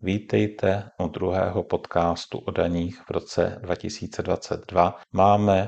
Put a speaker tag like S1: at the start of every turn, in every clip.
S1: Vítejte u druhého podcastu o daních v roce 2022. Máme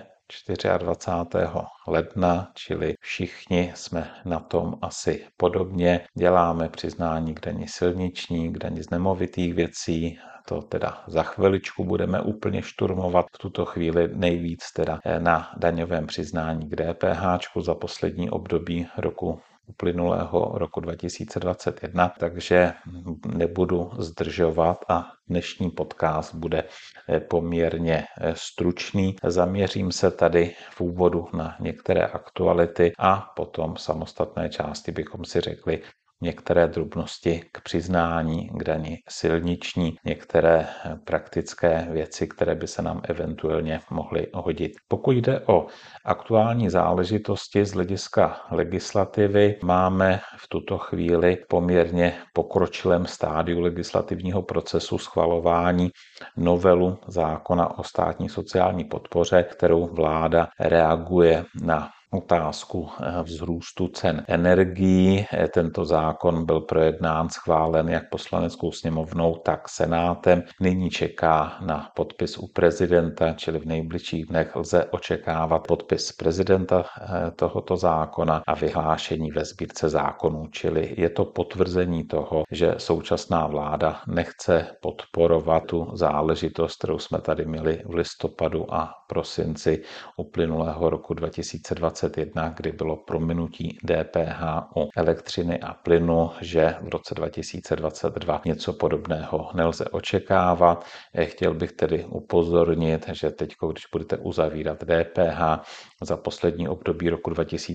S1: 24. ledna, čili všichni jsme na tom asi podobně. Děláme přiznání k dani silniční, k dani z nemovitých věcí. To teda za chviličku budeme úplně šturmovat. V tuto chvíli nejvíc teda na daňovém přiznání k DPH za poslední období uplynulého roku 2021, takže nebudu zdržovat a dnešní podcast bude poměrně stručný. Zaměřím se tady v úvodu na některé aktuality a potom v samostatné části bychom si řekli některé drobnosti k přiznání k dani silniční, některé praktické věci, které by se nám eventuálně mohly hodit. Pokud jde o aktuální záležitosti z hlediska legislativy, máme v tuto chvíli poměrně pokročilém stádiu legislativního procesu schvalování novelu zákona o státní sociální podpoře, kterou vláda reaguje na otázku vzrůstu cen energií. Tento zákon byl projednán, schválen jak Poslaneckou sněmovnou, tak Senátem. Nyní čeká na podpis u prezidenta, čili v nejbližších dnech lze očekávat podpis prezidenta tohoto zákona a vyhlášení ve sbírce zákonů, čili je to potvrzení toho, že současná vláda nechce podporovat tu záležitost, kterou jsme tady měli v listopadu a prosinci uplynulého roku 2021, kdy bylo prominutí DPH u elektřiny a plynu, že v roce 2022 něco podobného nelze očekávat. Chtěl bych tedy upozornit, že teď, když budete uzavírat DPH za poslední období roku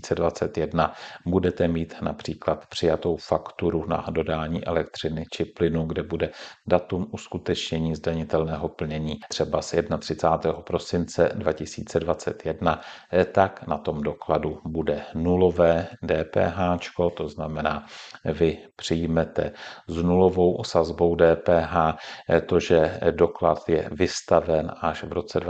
S1: 2021, budete mít například přijatou fakturu na dodání elektřiny či plynu, kde bude datum uskutečnění zdanitelného plnění třeba z 31. prosince 2021, tak na tom dokladu bude nulové DPH, to znamená, vy přijmete s nulovou sazbou DPH. To, že doklad je vystaven až v roce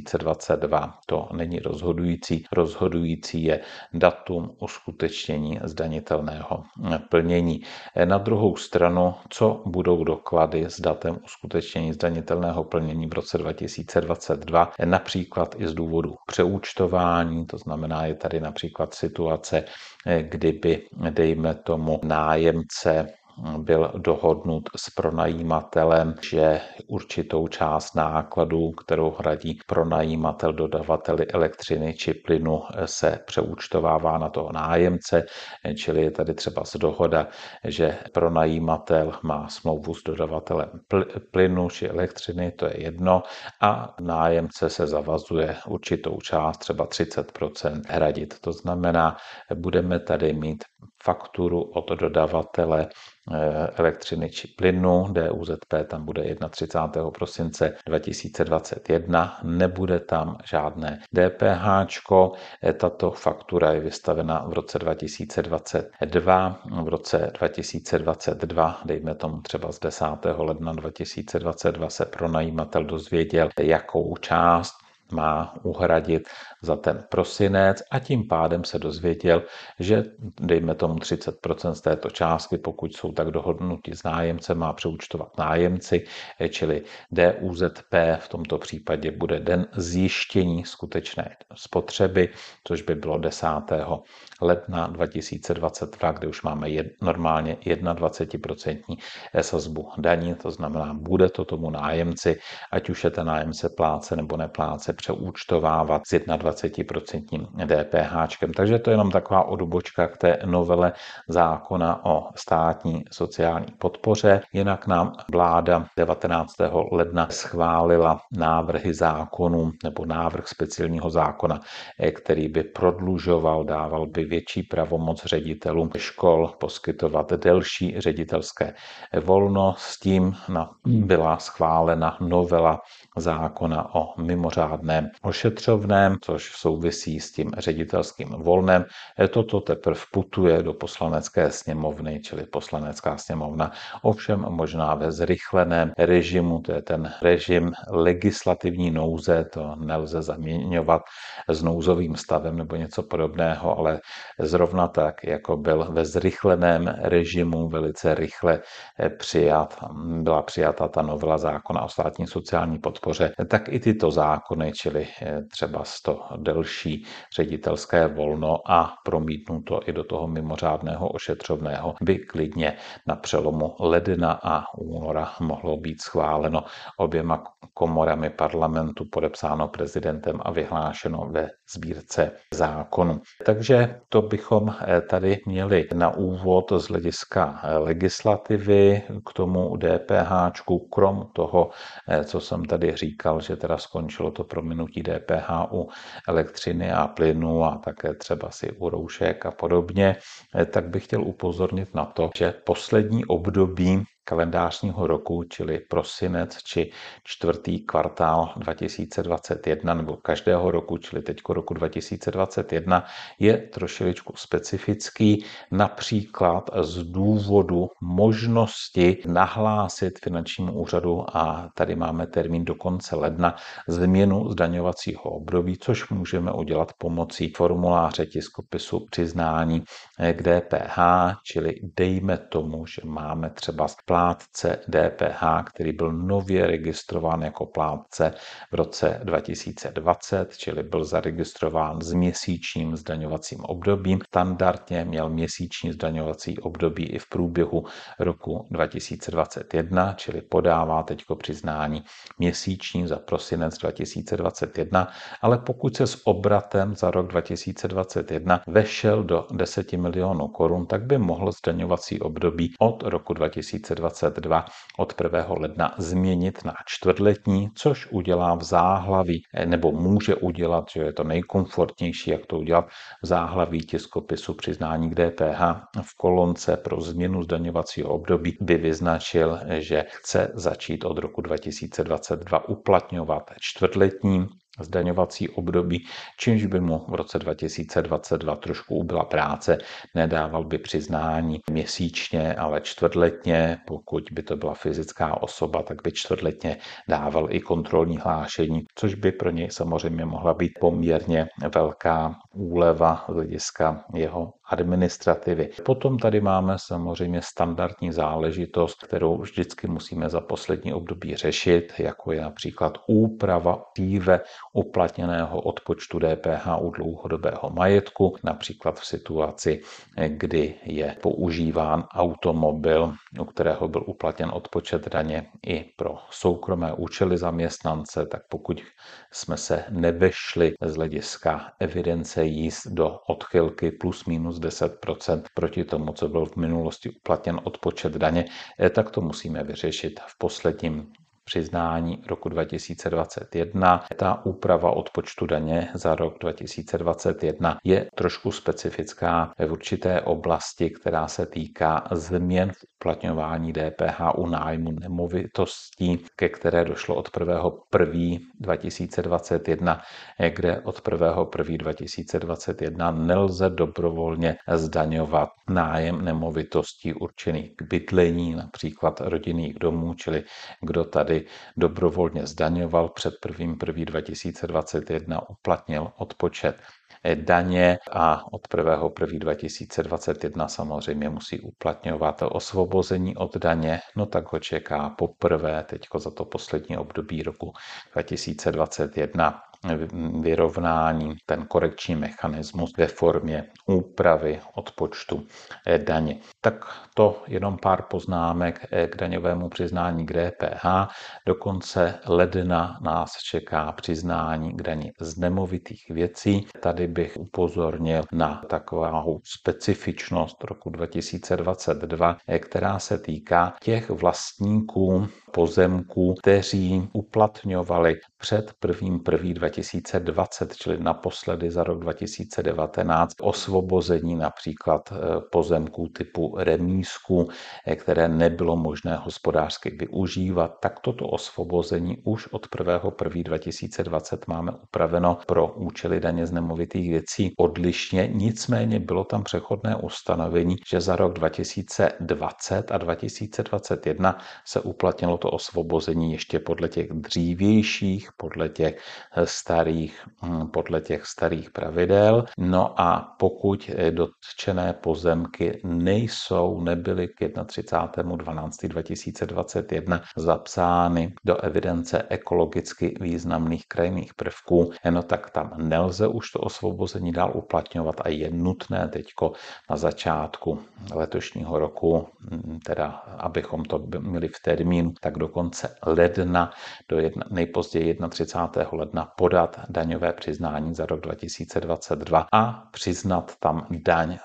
S1: 2022, to není rozhodující. Rozhodující je datum uskutečnění zdanitelného plnění. Na druhou stranu, co budou doklady s datem uskutečnění zdanitelného plnění v roce 2022, například i z důvodu přeúčtování, to znamená, je tady například situace, kdyby, dejme tomu, nájemce byl dohodnut s pronajímatelem, že určitou část nákladů, kterou hradí pronajímatel dodavateli elektřiny či plynu, se přeúčtovává na toho nájemce, čili je tady třeba dohoda, že pronajímatel má smlouvu s dodavatelem plynu či elektřiny, to je jedno, a nájemce se zavazuje určitou část, třeba 30% hradit. To znamená, budeme tady mít fakturu od dodavatele elektřiny či plynu, DUZP tam bude 31. prosince 2021, nebude tam žádné DPH. Tato faktura je vystavena v roce 2022. V roce 2022, dejme tomu třeba z 10. ledna 2022, se pronajímatel dozvěděl, jakou část má uhradit za ten prosinec a tím pádem se dozvěděl, že dejme tomu 30% z této částky, pokud jsou tak dohodnuti s nájemcem, má přeúčtovat nájemci, čili DUZP v tomto případě bude den zjištění skutečné spotřeby, což by bylo 10. ledna 2022, kde už máme normálně 21% sazbu daní, to znamená, bude to tomu nájemci, ať už je ten nájemce plátce nebo nepláce, přeúčtovávat s 21% DPH. Takže to je jenom taková odbočka k té novele zákona o státní sociální podpoře. Jinak nám vláda 19. ledna schválila návrhy zákonů nebo návrh speciálního zákona, který by prodlužoval, dával by větší pravomoc ředitelům škol poskytovat delší ředitelské volno. S tím byla schválena novela zákona o mimořádném ošetřovném, což souvisí s tím ředitelským volnem. Toto teprve putuje do Poslanecké sněmovny, čili Poslanecká sněmovna, ovšem možná ve zrychleném režimu, to je ten režim legislativní nouze, to nelze zaměňovat s nouzovým stavem nebo něco podobného, ale zrovna tak, jako byl ve zrychleném režimu velice rychle byla přijata ta novela zákona o státní sociální podpoře, tak i tyto zákony, čili třeba to delší ředitelské volno a promítnuto i do toho mimořádného ošetřovného, by klidně na přelomu ledna a února mohlo být schváleno oběma komorami parlamentu, podepsáno prezidentem a vyhlášeno ve sbírce zákonu. Takže to bychom tady měli na úvod z hlediska legislativy k tomu DPHčku, krom toho, co jsem tady říkal, že teda skončilo to prominutí DPH u elektřiny a plynu a také třeba si u roušek a podobně, tak bych chtěl upozornit na to, že poslední období kalendářního roku, čili prosinec či čtvrtý kvartál 2021 nebo každého roku, čili teďko roku 2021, je trošičku specifický, například z důvodu možnosti nahlásit finančnímu úřadu, a tady máme termín do konce ledna, změnu zdaňovacího období, což můžeme udělat pomocí formuláře tiskopisu přiznání k DPH, čili dejme tomu, že máme třeba plátce DPH, který byl nově registrován jako plátce v roce 2020, čili byl zaregistrován s měsíčním zdaňovacím obdobím. Standardně měl měsíční zdaňovací období i v průběhu roku 2021, čili podává teďko přiznání měsíční za prosinec 2021, ale pokud se s obratem za rok 2021 vešel do 10 milionů korun, tak by mohl zdaňovací období od roku 2022 od 1. ledna změnit na čtvrtletní, což udělá v záhlaví, nebo může udělat, že je to nejkomfortnější, jak to udělat v záhlaví tiskopisu přiznání k DPH. V kolonce pro změnu zdaňovacího období by vyznačil, že chce začít od roku 2022 uplatňovat čtvrtletní zdaňovací období, čímž by mu v roce 2022 trošku ubyla práce, nedával by přiznání měsíčně, ale čtvrtletně. Pokud by to byla fyzická osoba, tak by čtvrtletně dával i kontrolní hlášení, což by pro něj samozřejmě mohla být poměrně velká úleva z hlediska jeho administrativy. Potom tady máme samozřejmě standardní záležitost, kterou vždycky musíme za poslední období řešit, jako je například úprava dříve uplatněného odpočtu DPH u dlouhodobého majetku, například v situaci, kdy je používán automobil, u kterého byl uplatněn odpočet daně i pro soukromé účely zaměstnance, tak pokud jsme se nevešli z hlediska evidence jízd do odchylky plus minus 10% proti tomu, co byl v minulosti uplatněn odpočet daně, tak to musíme vyřešit v posledním přiznání roku 2021. Ta úprava odpočtu daně za rok 2021 je trošku specifická v určité oblasti, která se týká změn v uplatňování DPH u nájmu nemovitostí, ke které došlo od 1.1.2021, 2021, kde od 1.1.2021 2021 nelze dobrovolně zdaňovat nájem nemovitostí určených k bydlení, například rodinných domů, čili kdo tady dobrovolně zdaňoval před 1.1.2021 2021, uplatnil odpočet daně a od 1.1.2021 2021 samozřejmě musí uplatňovat osvobození od daně, no tak ho čeká poprvé teďko za to poslední období roku 2021 vyrovnání, ten korekční mechanismus ve formě úpravy odpočtu daně. Tak to jenom pár poznámek k daňovému přiznání k DPH. Do konce ledna nás čeká přiznání k dani z nemovitých věcí. Tady bych upozornil na takovou specifičnost roku 2022, která se týká těch vlastníků pozemků, kteří uplatňovali před 1.1.2020, čili naposledy za rok 2019, osvobození například pozemků typu remízků, které nebylo možné hospodářsky využívat, tak toto osvobození už od 1.1.2020 máme upraveno pro účely daně z nemovitých věcí odlišně, nicméně bylo tam přechodné ustanovení, že za rok 2020 a 2021 se uplatnilo to osvobození ještě podle těch dřívějších, podle těch podle těch starých pravidel. No a pokud dotčené pozemky nebyly k 31.12.2021 zapsány do evidence ekologicky významných krajinných prvků, no tak tam nelze už to osvobození dál uplatňovat a je nutné teďko na začátku letošního roku, teda abychom to měli v termínu, tak do konce ledna, nejpozději 31. ledna podat daňové přiznání za rok 2022 a přiznat tam daň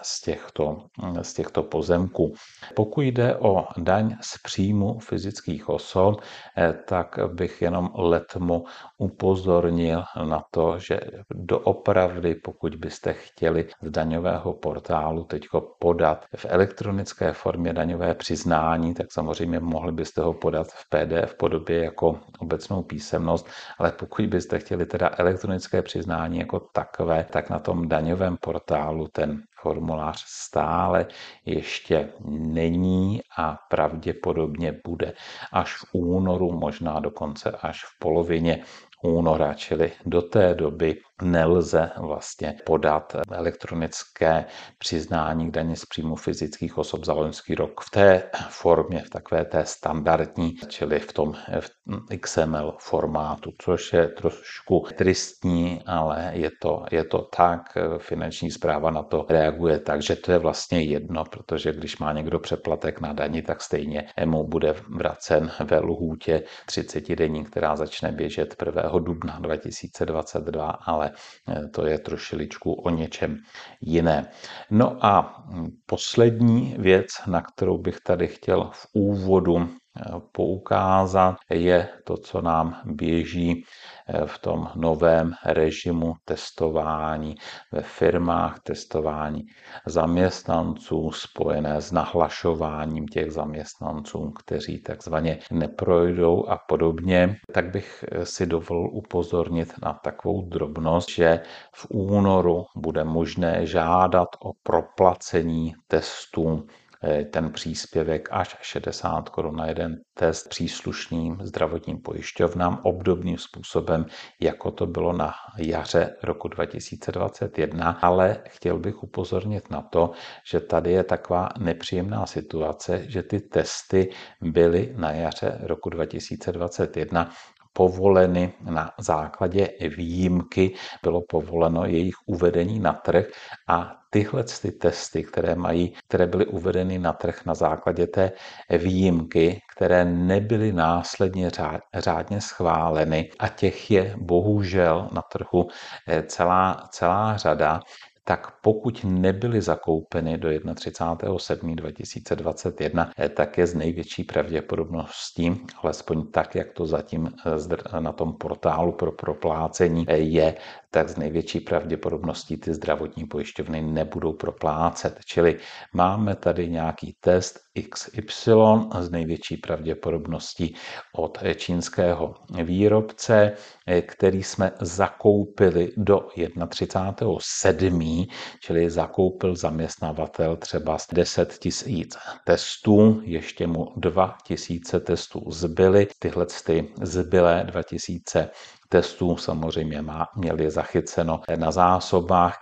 S1: z těchto pozemků. Pokud jde o daň z příjmu fyzických osob, tak bych jenom letmo upozornil na to, že doopravdy, pokud byste chtěli z daňového portálu teďko podat v elektronické formě daňové přiznání, tak samozřejmě mohli byste ho podat v PDF podobě jako obecnou písemnost, ale pokud byste chtěli teda elektronické přiznání jako takové, tak na tom daňovém portálu ten formulář stále ještě není a pravděpodobně bude až v únoru, možná dokonce až v polovině února, čili do té doby nelze vlastně podat elektronické přiznání k dani z příjmu fyzických osob za loňský rok v té formě, v takové té standardní, čili v tom XML formátu, což je trošku tristní, ale je to tak, Finanční správa na to reaguje tak, že to je vlastně jedno, protože když má někdo přeplatek na dani, tak stejně mu bude vracen ve lhůtě 30 denní, která začne běžet 1. dubna 2022, ale to je trošičku o něčem jiné. No a poslední věc, na kterou bych tady chtěl v úvodu poukázat, je to, co nám běží v tom novém režimu testování ve firmách, testování zaměstnanců spojené s nahlašováním těch zaměstnanců, kteří takzvaně neprojdou a podobně. Tak bych si dovolil upozornit na takovou drobnost, že v únoru bude možné žádat o proplacení testů, ten příspěvek až 60 Kč na jeden test příslušným zdravotním pojišťovnám obdobným způsobem, jako to bylo na jaře roku 2021, ale chtěl bych upozornit na to, že tady je taková nepříjemná situace, že ty testy byly na jaře roku 2021 povoleny na základě výjimky, bylo povoleno jejich uvedení na trh a tyhle ty testy, které byly uvedeny na trh na základě té výjimky, které nebyly následně řádně schváleny a těch je bohužel na trhu celá řada, tak pokud nebyly zakoupeny do 31.7.2021, tak je z největší pravděpodobností, alespoň tak, jak to zatím na tom portálu pro proplácení je, tak z největší pravděpodobností ty zdravotní pojišťovny nebudou proplácet. Čili máme tady nějaký test XY z největší pravděpodobností od čínského výrobce, který jsme zakoupili do 31.7., čili zakoupil zaměstnavatel třeba 10 000 testů, ještě mu 2 000 testů zbyly. Tyhle zbylé 2 000 testů samozřejmě měl je zachyceno na zásobách k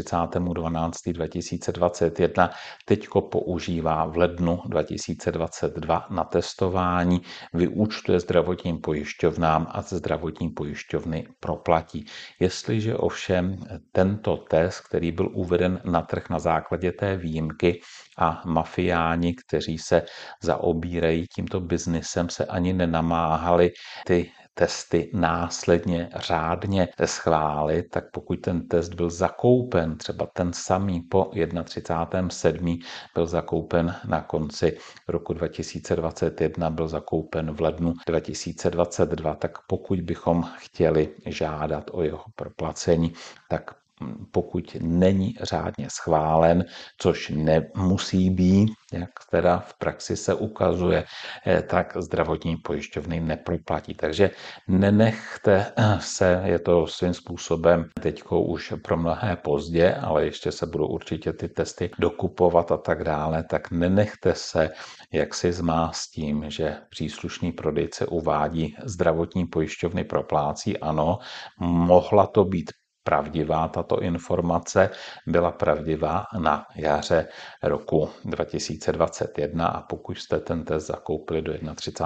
S1: 31.12.2021. Teďko používá v lednu 2022 na testování, vyúčtuje zdravotním pojišťovnám a zdravotní pojišťovny proplatí. Jestliže ovšem tento test, který byl uveden na trh na základě té výjimky a mafiáni, kteří se zaobírají tímto biznisem, se ani nenamáhali ty testy následně řádně schválit, tak pokud ten test byl zakoupen, třeba ten samý po 31.7. byl zakoupen na konci roku 2021, byl zakoupen v lednu 2022, tak pokud bychom chtěli žádat o jeho proplacení, tak pokud není řádně schválen, což nemusí být, jak teda v praxi se ukazuje, tak zdravotní pojišťovny neproplatí. Takže nenechte se, je to svým způsobem teďko už pro mnohé pozdě, ale ještě se budou určitě ty testy dokupovat a tak dále, tak nenechte se jaksi zmást tím, že příslušný prodejce uvádí zdravotní pojišťovny proplácí. Ano, mohla to být pravdivá tato informace, byla pravdivá na jaře roku 2021 a pokud jste ten test zakoupili do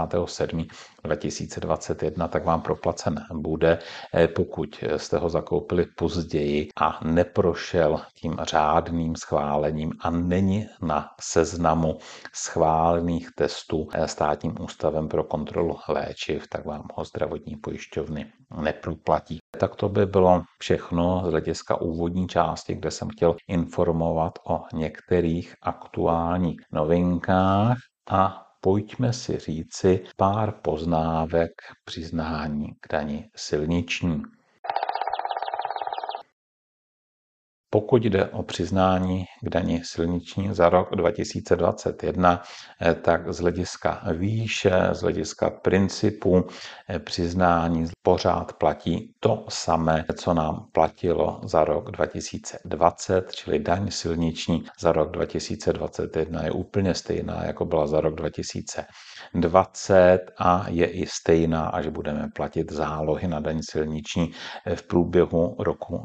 S1: 31.7.2021, tak vám proplacen bude. Pokud jste ho zakoupili později a neprošel tím řádným schválením a není na seznamu schválených testů Státním ústavem pro kontrolu léčiv, tak vám ho zdravotní pojišťovny neproplatí. Tak to by bylo všechno z hlediska úvodní části, kde jsem chtěl informovat o některých aktuálních novinkách a pojďme si říci pár poznávek přiznání k dani silniční. Pokud jde o přiznání k dani silniční za rok 2021, tak z hlediska výše, z hlediska principu přiznání pořád platí to samé, co nám platilo za rok 2020, čili daň silniční za rok 2021 je úplně stejná, jako byla za rok 2020 a je i stejná, až budeme platit zálohy na daň silniční v průběhu roku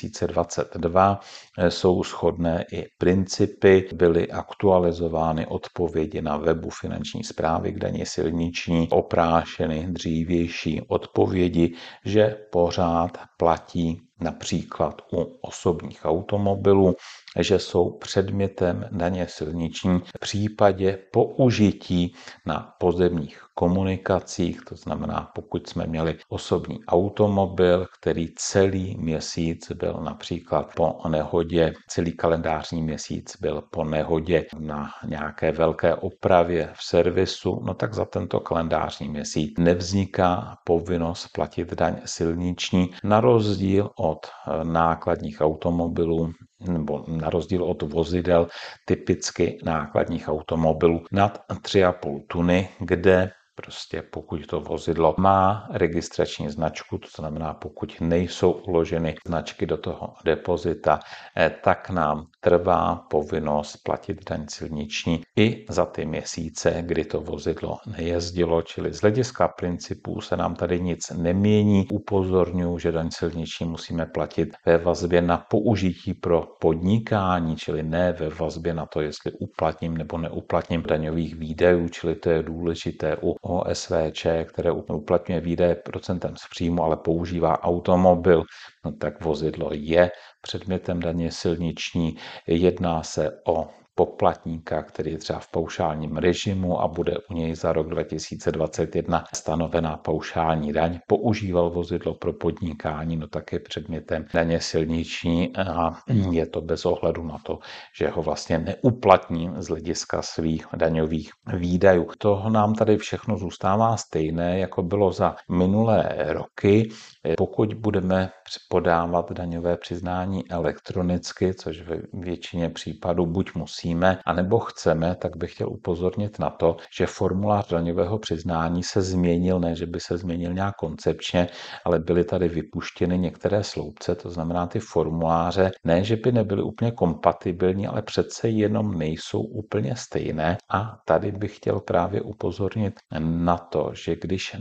S1: 2022. Jsou shodné i principy, byly aktualizovány odpovědi na webu Finanční správy k dani silniční, oprášeny dřívější odpovědi, že pořád platí například u osobních automobilů, že jsou předmětem daně silniční v případě použití na pozemních komunikacích, to znamená, pokud jsme měli osobní automobil, který celý měsíc byl například po nehodě, celý kalendářní měsíc byl po nehodě na nějaké velké opravě v servisu, no tak za tento kalendářní měsíc nevzniká povinnost platit daň silniční na rozdíl od nákladních automobilů nebo na rozdíl od vozidel typicky nákladních automobilů nad 3,5 tuny, kde prostě pokud to vozidlo má registrační značku, to znamená, pokud nejsou uloženy značky do toho depozita, tak nám trvá povinnost platit daň silniční i za ty měsíce, kdy to vozidlo nejezdilo, čili z hlediska principů se nám tady nic nemění. Upozorňuji, že daň silniční musíme platit ve vazbě na použití pro podnikání, čili ne ve vazbě na to, jestli uplatním nebo neuplatním daňových výdajů, čili to je důležité u OSVČ, které uplatňuje výdaje procentem z příjmu, ale používá automobil, no tak vozidlo je předmětem daně silniční. Jedná se o poplatníka, který je třeba v paušálním režimu a bude u něj za rok 2021 stanovená paušální daň, používal vozidlo pro podnikání, no tak je předmětem daně silniční a je to bez ohledu na to, že ho vlastně neuplatní z hlediska svých daňových výdajů. To nám tady všechno zůstává stejné, jako bylo za minulé roky. Pokud budeme podávat daňové přiznání elektronicky, což ve většině případů buď musíme, anebo chceme, tak bych chtěl upozornit na to, že formulář daňového přiznání se změnil, ne, že by se změnil nějak koncepčně, ale byly tady vypuštěny některé sloupce, to znamená ty formuláře, ne, že by nebyly úplně kompatibilní, ale přece jenom nejsou úplně stejné a tady bych chtěl právě upozornit na to, že když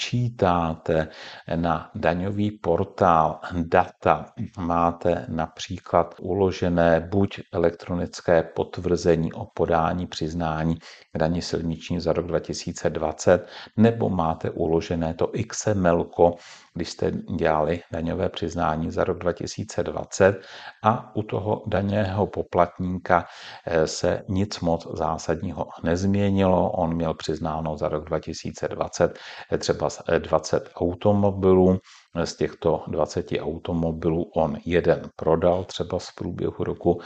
S1: načítáte na daňový portál data, máte například uložené buď elektronické potvrzení o podání přiznání k dani silniční za rok 2020, nebo máte uložené to XML, když jste dělali daňové přiznání za rok 2020 a u toho daňového poplatníka se nic moc zásadního nezměnilo. On měl přiznáno za rok 2020 třeba 20 automobilů. Z těchto 20 automobilů on jeden prodal třeba z průběhu roku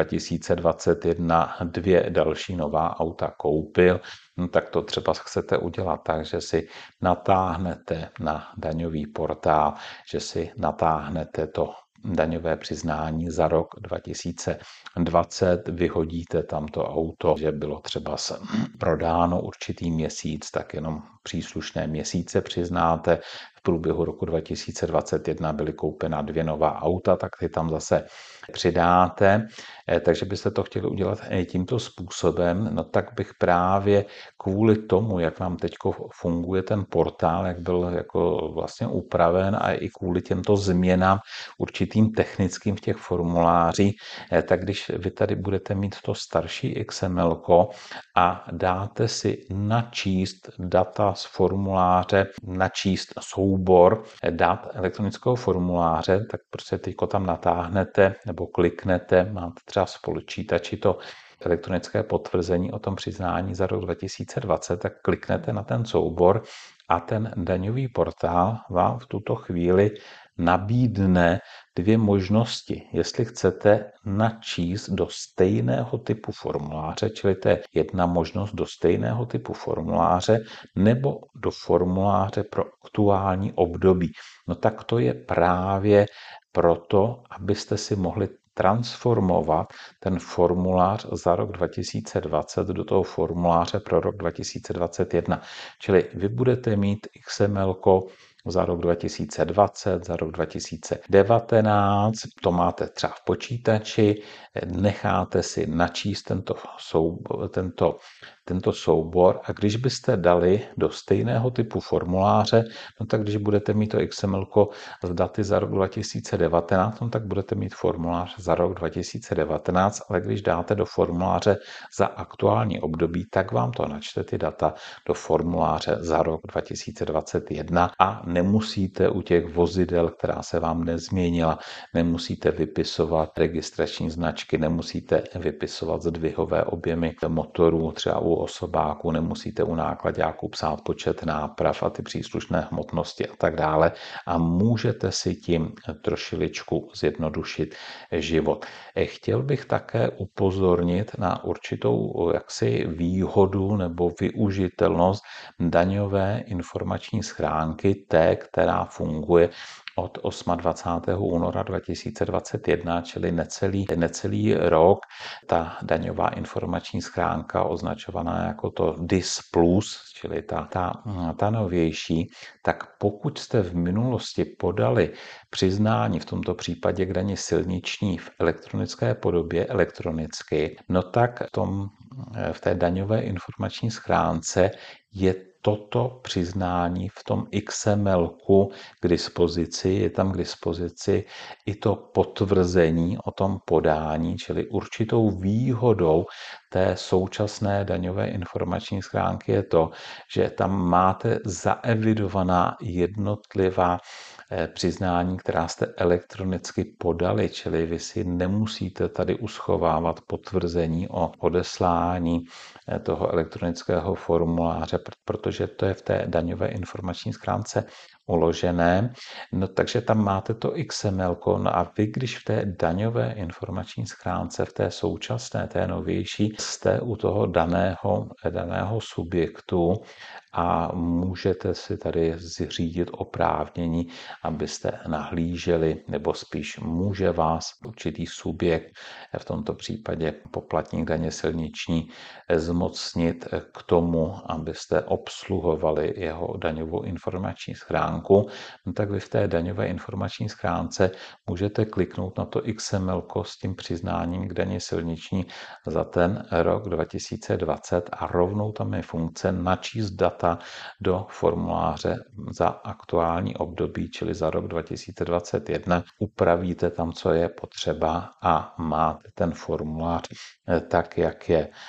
S1: 2021, 2 další nová auta koupil. No, tak to třeba chcete udělat tak, že si natáhnete na daňový portál, že si natáhnete to daňové přiznání za rok 2020, vyhodíte tam to auto, že bylo třeba prodáno určitý měsíc, tak jenom příslušné měsíce přiznáte. V průběhu roku 2021 byly koupena 2 nová auta, tak ty tam zase přidáte. Takže byste to chtěli udělat tímto způsobem, no tak bych právě kvůli tomu, jak vám teď funguje ten portál, jak byl jako vlastně upraven a i kvůli těmto změnám určitým technickým v těch formulářích, tak když vy tady budete mít to starší XML a dáte si načíst data z formuláře, načíst soubor dat elektronického formuláře, tak prostě teďko tam natáhnete nebo kliknete, máte třeba v počítači to elektronické potvrzení o tom přiznání za rok 2020, tak kliknete na ten soubor a ten daňový portál vám v tuto chvíli nabídne 2 možnosti. Jestli chcete načíst do stejného typu formuláře, čili to je jedna možnost do stejného typu formuláře, nebo do formuláře pro aktuální období. No tak to je právě proto, abyste si mohli transformovat ten formulář za rok 2020 do toho formuláře pro rok 2021. Čili vy budete mít XML za rok 2020, za rok 2019, to máte třeba v počítači, necháte si načíst tento soubor a když byste dali do stejného typu formuláře, no tak když budete mít to XML z daty za rok 2019, no tak budete mít formulář za rok 2019, ale když dáte do formuláře za aktuální období, tak vám to načte ty data do formuláře za rok 2021 a nemusíte u těch vozidel, která se vám nezměnila, nemusíte vypisovat registrační značky, nemusíte vypisovat zdvihové objemy motorů, třeba u osobáků, nemusíte u náklaďáků psát počet náprav a ty příslušné hmotnosti a tak dále a můžete si tím trošičku zjednodušit život. Chtěl bych také upozornit na určitou jaksi výhodu nebo využitelnost daňové informační schránky, té, která funguje od 28. února 2021, čili necelý rok, ta daňová informační schránka označovaná jako to DIS+, čili ta novější, tak pokud jste v minulosti podali přiznání, v tomto případě k dani silniční v elektronické podobě elektronicky, no tak v té daňové informační schránce je toto přiznání v tom XML-ku k dispozici, je tam k dispozici i to potvrzení o tom podání, čili určitou výhodou té současné daňové informační schránky je to, že tam máte zaevidovaná jednotlivá přiznání, která jste elektronicky podali, čili vy si nemusíte tady uschovávat potvrzení o odeslání toho elektronického formuláře, protože to je v té daňové informační schránce uložené. No, takže tam máte to XML, no a vy, když v té daňové informační schránce, v té současné, té novější, jste u toho daného subjektu a můžete si tady zřídit oprávnění, abyste nahlíželi, nebo spíš může vás určitý subjekt, v tomto případě poplatník daně silniční, zmocnit k tomu, abyste obsluhovali jeho daňovou informační schránku, no tak vy v té daňové informační schránce můžete kliknout na to XML s tím přiznáním k daně silniční za ten rok 2020 a rovnou tam je funkce načíst data do formuláře za aktuální období, čili za rok 2021. Upravíte tam, co je potřeba a máte ten formulář tak, jak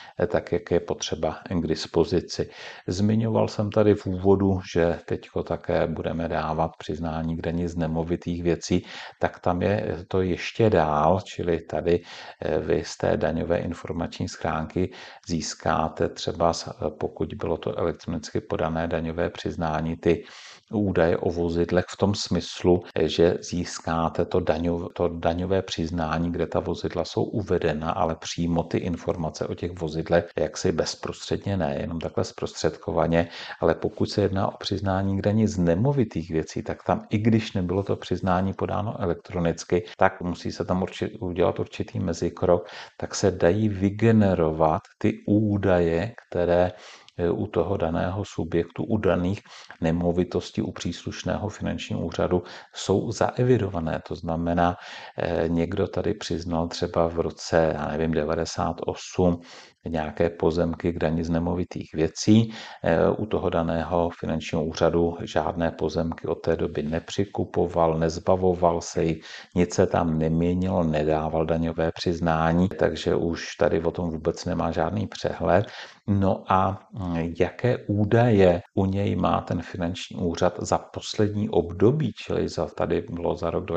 S1: je potřeba k dispozici. Zmiňoval jsem tady v úvodu, že teďko také budeme dávat přiznání k dani z nemovitých věcí, tak tam je to ještě dál, čili tady vy z té daňové informační schránky získáte třeba, pokud bylo to elektronicky podané daňové přiznání, ty údaje o vozidlech v tom smyslu, že získáte to daňové přiznání, kde ta vozidla jsou uvedena, ale přímo ty informace o těch vozidlech jaksi bezprostředně ne, jenom takhle zprostředkovaně, ale pokud se jedná o přiznání k dani z nemovitých nemovitých věcí, tak tam, i když nebylo to přiznání podáno elektronicky, tak musí se tam udělat určitý mezikrok, tak se dají vygenerovat ty údaje, které u toho daného subjektu, u daných nemovitostí, u příslušného finančního úřadu jsou zaevidované. To znamená, někdo tady přiznal třeba v roce, já nevím, 98 nějaké pozemky k dani z nemovitých věcí. U toho daného finančního úřadu žádné pozemky od té doby nepřikupoval, nezbavoval se jich, nic se tam neměnilo, nedával daňové přiznání, takže už tady o tom vůbec nemá žádný přehled. No a jaké údaje u něj má ten finanční úřad za poslední období, čili tady bylo za rok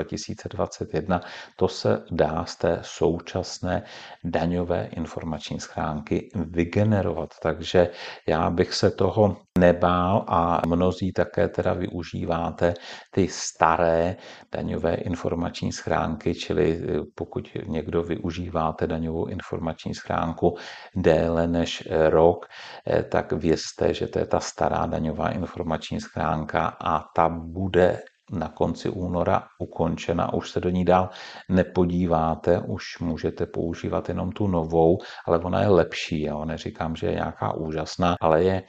S1: 2021, to se dá z té současné daňové informační schránky vygenerovat. Takže já bych se toho nebál a mnozí také teda využíváte ty staré daňové informační schránky, čili pokud někdo využíváte daňovou informační schránku déle než rok, tak vězte, že to je ta stará daňová informační schránka a ta bude na konci února ukončena, už se do ní dál nepodíváte, už můžete používat jenom tu novou, ale ona je lepší. Já neříkám, že je nějaká úžasná, ale je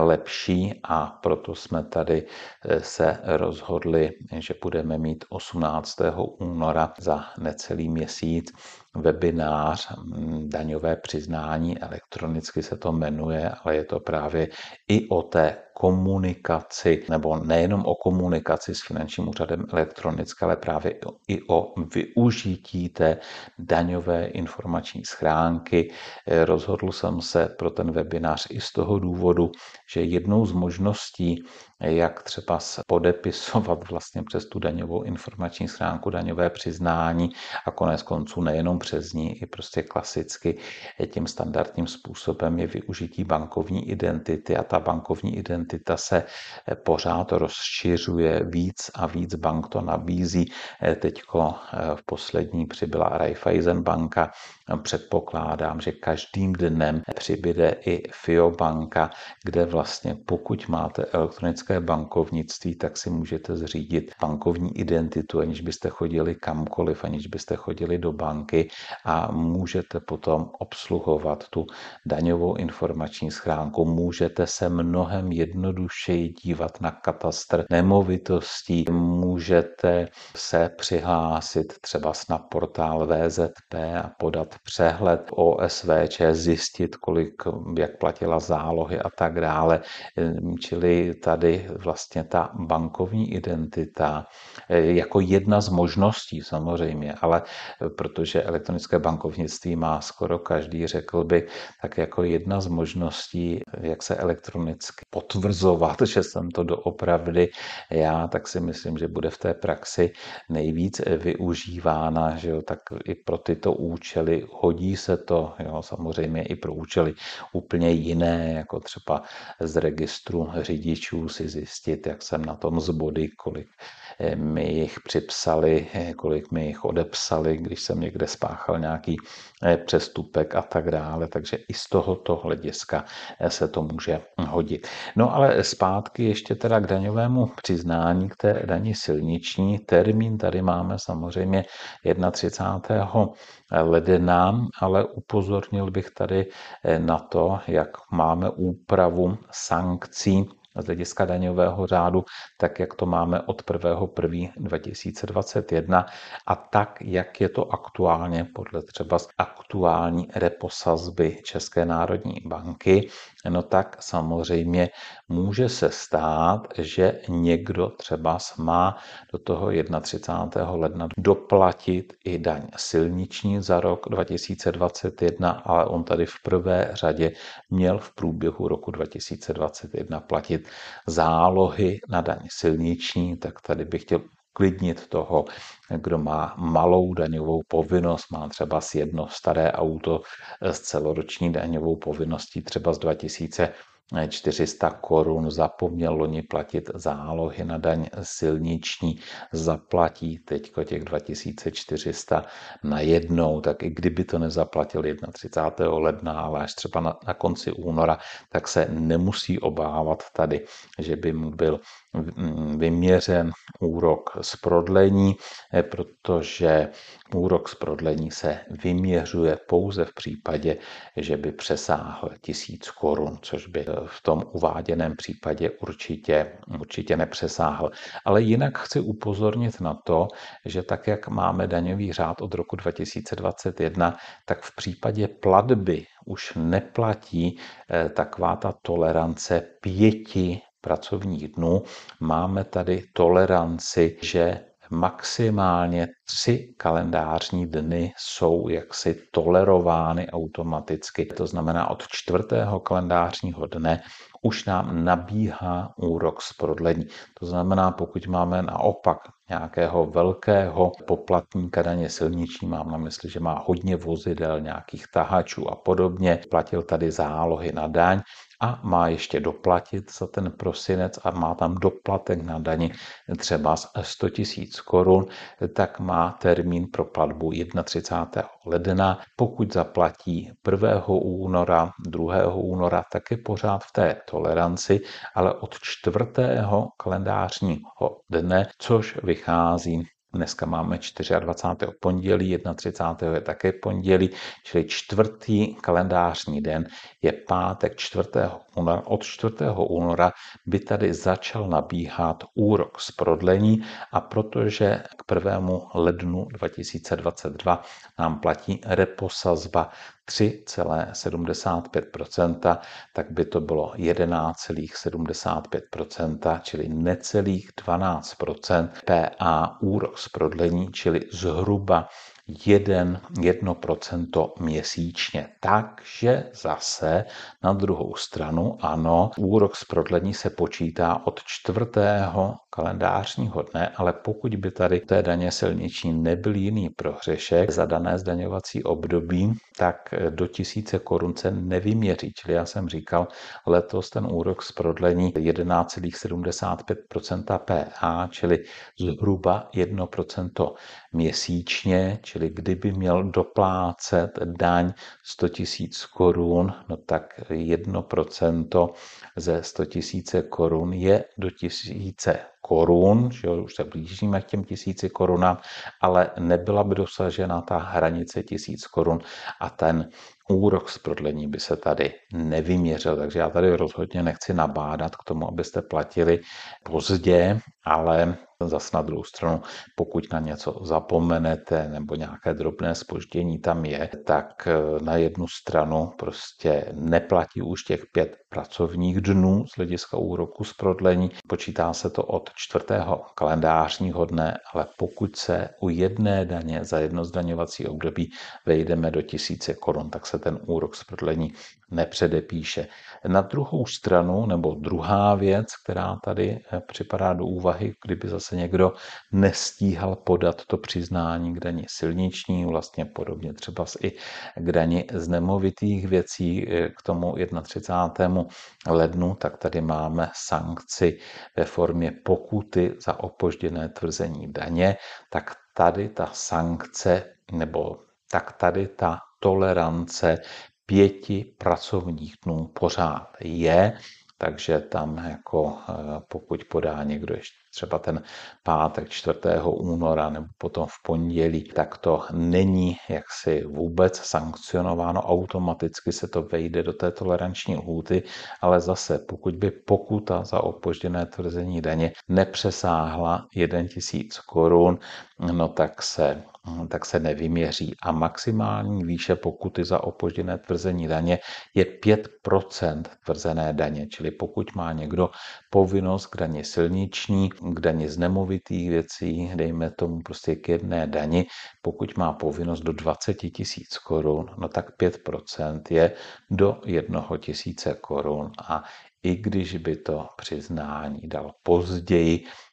S1: lepší a proto jsme tady se rozhodli, že budeme mít 18. února za necelý měsíc webinář daňové přiznání, elektronicky se to jmenuje, ale je to právě i o té komunikaci, nebo nejenom o komunikaci s finančním úřadem elektronicky, ale právě i o využití té daňové informační schránky. Rozhodl jsem se pro ten webinář i z toho důvodu, že jednou z možností, jak třeba podepisovat vlastně přes tu daňovou informační schránku daňové přiznání a konec konců nejenom přes ní, i prostě klasicky tím standardním způsobem je využití bankovní identity a ta bankovní identita se pořád rozšiřuje, víc a víc bank to nabízí. Teďko v poslední přibyla Raiffeisen banka, předpokládám, že každým dnem přibyde i FIO banka, kde vlastně pokud máte elektronické bankovnictví, tak si můžete zřídit bankovní identitu, aniž byste chodili kamkoliv, aniž byste chodili do banky a můžete potom obsluhovat tu daňovou informační schránku. Můžete se mnohem jednodušeji dívat na katastr nemovitostí, můžete se přihlásit třeba na portál VZP a podat přehled OSVČ, zjistit, jak platila zálohy a tak dále. Čili tady vlastně ta bankovní identita jako jedna z možností samozřejmě, ale protože elektronické bankovnictví má skoro každý, řekl bych, tak jako jedna z možností, jak se elektronicky potvrzovat, že jsem to doopravdy já, tak si myslím, že bude v té praxi nejvíc využívána, že jo, tak i pro tyto účely hodí se to, jo, samozřejmě i pro účely úplně jiné, jako třeba z registru řidičů si zjistit, jak jsem na tom z body, kolik mi jich připsali, kolik mi jich odepsali, když jsem někde spáchal nějaký přestupek a tak dále, takže i z tohoto hlediska se to může hodit. No ale zpátky ještě teda k daňovému přiznání, k té dani silniční. Termín tady máme samozřejmě 31. ledna, ale upozornil bych tady na to, jak máme úpravu sankcí z hlediska daňového řádu, tak jak to máme od 1.1.2021 a tak, jak je to aktuálně podle třeba aktuální reposazby České národní banky, no tak samozřejmě může se stát, že někdo třeba má do toho 31. ledna doplatit i daň silniční za rok 2021, ale on tady v prvé řadě měl v průběhu roku 2021 platit zálohy na daň silniční, tak tady bych chtěl uklidnit toho, kdo má malou daňovou povinnost, má třeba jedno staré auto s celoroční daňovou povinností třeba z 2000 400 korun, zapomněl loni platit zálohy na daň silniční, zaplatí teď těch 2400 najednou, tak i kdyby to nezaplatil 31. ledna, ale až třeba na konci února, tak se nemusí obávat tady, že by mu byl vyměřen úrok z prodlení, protože úrok z prodlení se vyměřuje pouze v případě, že by přesáhl 1000 korun, což by v tom uváděném případě určitě nepřesáhl. Ale jinak chci upozornit na to, že tak, jak máme daňový řád od roku 2021, tak v případě platby už neplatí taková ta tolerance 5 pracovních dnů. Máme tady toleranci, že maximálně 3 kalendářní dny jsou jaksi tolerovány automaticky. To znamená, od 4. kalendářního dne už nám nabíhá úrok z prodlení. To znamená, pokud máme naopak nějakého velkého poplatníka daně silniční, mám na mysli, že má hodně vozidel, nějakých tahačů a podobně, platil tady zálohy na daň a má ještě doplatit za ten prosinec a má tam doplatek na dani třeba 100 000 korun, tak má termín pro platbu 31. ledna. Pokud zaplatí 1. února, 2. února, tak je pořád v té toleranci, ale od 4. kalendářního dne, což vychází. Dneska máme 24. pondělí, 31. je také pondělí, čili 4. kalendářní den je pátek 4. února. Od 4. února by tady začal nabíhat úrok z prodlení a protože k 1. lednu 2022 nám platí reposazba 3,75%, tak by to bylo 11,75%, čili necelých 12% PA úrok z prodlení, čili zhruba 1% měsíčně. Takže zase na druhou stranu, ano, úrok z prodlení se počítá od 4. kalendářního dne, ale pokud by tady té daně silniční nebyl jiný prohřešek za dané zdaňovací období, tak do 1000 korun se nevyměří. Čili já jsem říkal, letos ten úrok z prodlení 11,75% PA, čili zhruba 1% měsíčně, čili kdyby měl doplácet daň 100 000 korun, no tak 1% ze 100 000 korun je do 1000 korun, že už se blížíme k těm 1000 korunám, ale nebyla by dosažena ta hranice 1000 korun a ten úrok z prodlení by se tady nevyměřil. Takže já tady rozhodně nechci nabádat k tomu, abyste platili pozdě, ale zas na druhou stranu, pokud na něco zapomenete nebo nějaké drobné zpoždění tam je, tak na jednu stranu prostě neplatí už těch 5 pracovních dnů z hlediska úroku z prodlení. Počítá se to od 4. kalendářního dne, ale pokud se u jedné daně za jedno zdaňovací období vejdeme do 1000 korun, tak se ten úrok z prodlení nepředepíše. Na druhou stranu, nebo druhá věc, která tady připadá do úvahy, kdyby zase někdo nestíhal podat to přiznání k dani silniční, vlastně podobně třeba i k dani z nemovitých věcí k tomu 31. lednu, tak tady máme sankci ve formě pokuty za opožděné tvrzení daně, tak tady ta sankce, nebo tak tady ta tolerance 5 pracovních dnů pořád je, takže tam jako pokud podá někdo ještě třeba ten pátek 4. února nebo potom v pondělí, tak to není jaksi vůbec sankcionováno, automaticky se to vejde do té toleranční lhůty, ale zase pokud by pokuta za opožděné tvrzení daně nepřesáhla 1000 korun, no tak se nevyměří a maximální výše pokuty za opožděné tvrzení daně je 5% tvrzené daně, čili pokud má někdo povinnost k dani silniční, k dani z nemovitých věcí, dejme tomu prostě k jedné dani, pokud má povinnost do 20 000 korun, no tak 5% je do 1 000 korun a i když by to přiznání dal později,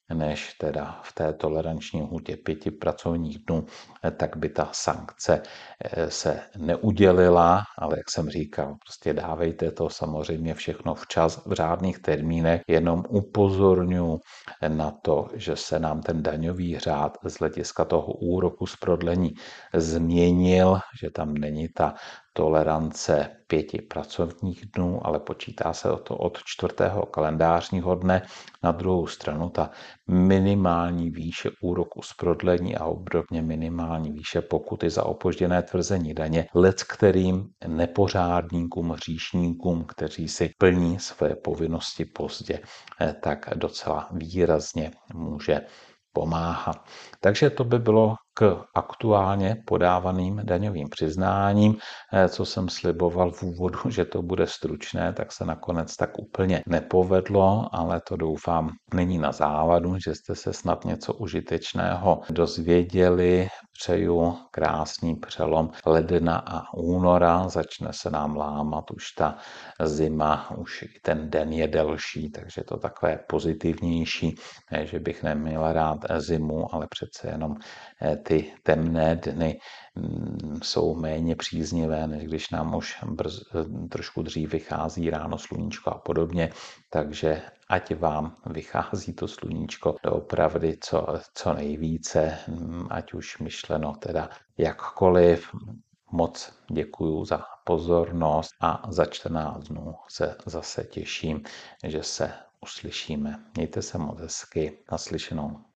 S1: než teda v té toleranční lhůtě 5 pracovních dnů, tak by ta sankce se neudělila, ale jak jsem říkal, prostě dávejte to samozřejmě všechno včas, v řádných termínech, jenom upozorňuji na to, že se nám ten daňový řád z hlediska toho úroku z prodlení změnil, že tam není ta tolerance 5 pracovních dnů, ale počítá se o to od 4. kalendářního dne. Na druhou stranu ta minimální výše úroku z prodlení a obdobně minimální výše pokuty za opožděné tvrzení daně leckterým nepořádníkům, hříšníkům, kteří si plní své povinnosti pozdě, tak docela výrazně může pomáhat. Takže to by bylo k aktuálně podávaným daňovým přiznáním. Co jsem sliboval v úvodu, že to bude stručné, tak se nakonec tak úplně nepovedlo, ale to doufám není na závadu, že jste se snad něco užitečného dozvěděli. Přeju krásný přelom ledna a února, začne se nám lámat už ta zima, už i ten den je delší, takže to takové pozitivnější, ne, že bych neměl rád zimu, ale přece jenom ty temné dny jsou méně příznivé, než když nám už trošku dřív vychází ráno sluníčko a podobně, takže ať vám vychází to sluníčko doopravdy co nejvíce, ať už myšleno teda jakkoliv. Moc děkuju za pozornost a za 14 dnů se zase těším, že se uslyšíme. Mějte se moc hezky, naslyšenou.